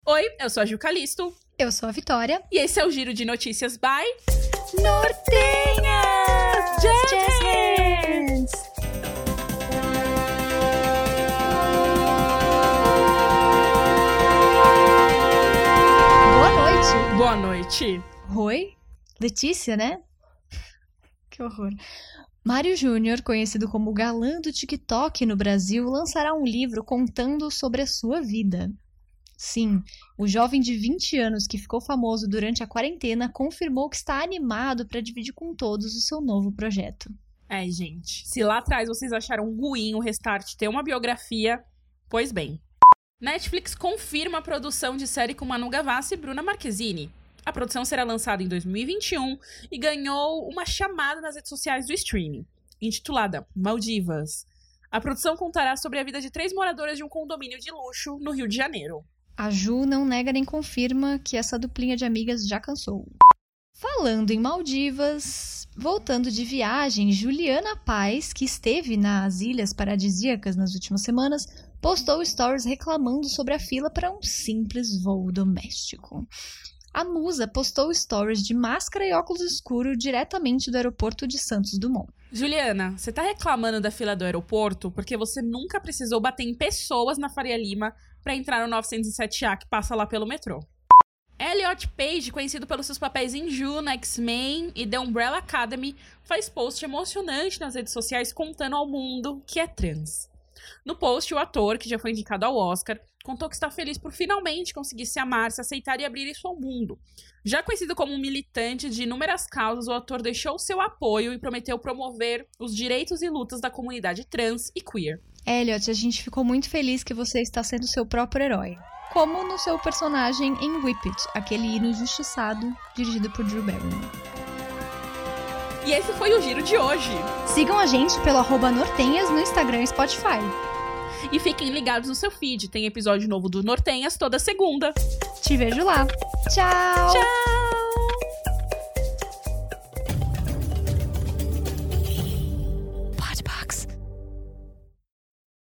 Oi, eu sou a Gil Calisto. Eu sou a Vitória. E esse é o Giro de Notícias by Nortenhas! Jazz Hands! Boa noite! Boa noite! Oi? Letícia, né? Que horror. Mário Júnior, conhecido como o galã do TikTok no Brasil, lançará um livro contando sobre a sua vida. Sim, o jovem de 20 anos que ficou famoso durante a quarentena confirmou que está animado para dividir com todos o seu novo projeto. Gente, se lá atrás vocês acharam ruim o Restart ter uma biografia, pois bem. Netflix confirma a produção de série com Manu Gavassi e Bruna Marquezine. A produção será lançada em 2021 e ganhou uma chamada nas redes sociais do streaming, intitulada Maldivas. A produção contará sobre a vida de 3 moradoras de um condomínio de luxo no Rio de Janeiro. A Ju não nega nem confirma que essa duplinha de amigas já cansou. Falando em Maldivas, voltando de viagem, Juliana Paz, que esteve nas Ilhas Paradisíacas nas últimas semanas, postou stories reclamando sobre a fila para um simples voo doméstico. A musa postou stories de máscara e óculos escuros diretamente do aeroporto de Santos Dumont. Juliana, você tá reclamando da fila do aeroporto porque você nunca precisou bater em pessoas na Faria Lima pra entrar no 907A que passa lá pelo metrô. Elliot Page, conhecido pelos seus papéis em Ju, no X-Men e The Umbrella Academy, faz post emocionante nas redes sociais contando ao mundo que é trans. No post, o ator, que já foi indicado ao Oscar, contou que está feliz por finalmente conseguir se amar, se aceitar e abrir isso ao mundo. Já conhecido como um militante de inúmeras causas, o ator deixou seu apoio e prometeu promover os direitos e lutas da comunidade trans e queer. Elliot, a gente ficou muito feliz que você está sendo seu próprio herói. Como no seu personagem em Whip It, aquele hino injustiçado dirigido por Drew Barrymore. E esse foi o Giro de hoje. Sigam a gente pelo @nortenhas no Instagram e Spotify. E fiquem ligados no seu feed, tem episódio novo do Nortenhas toda segunda. Te vejo lá. Tchau! Tchau!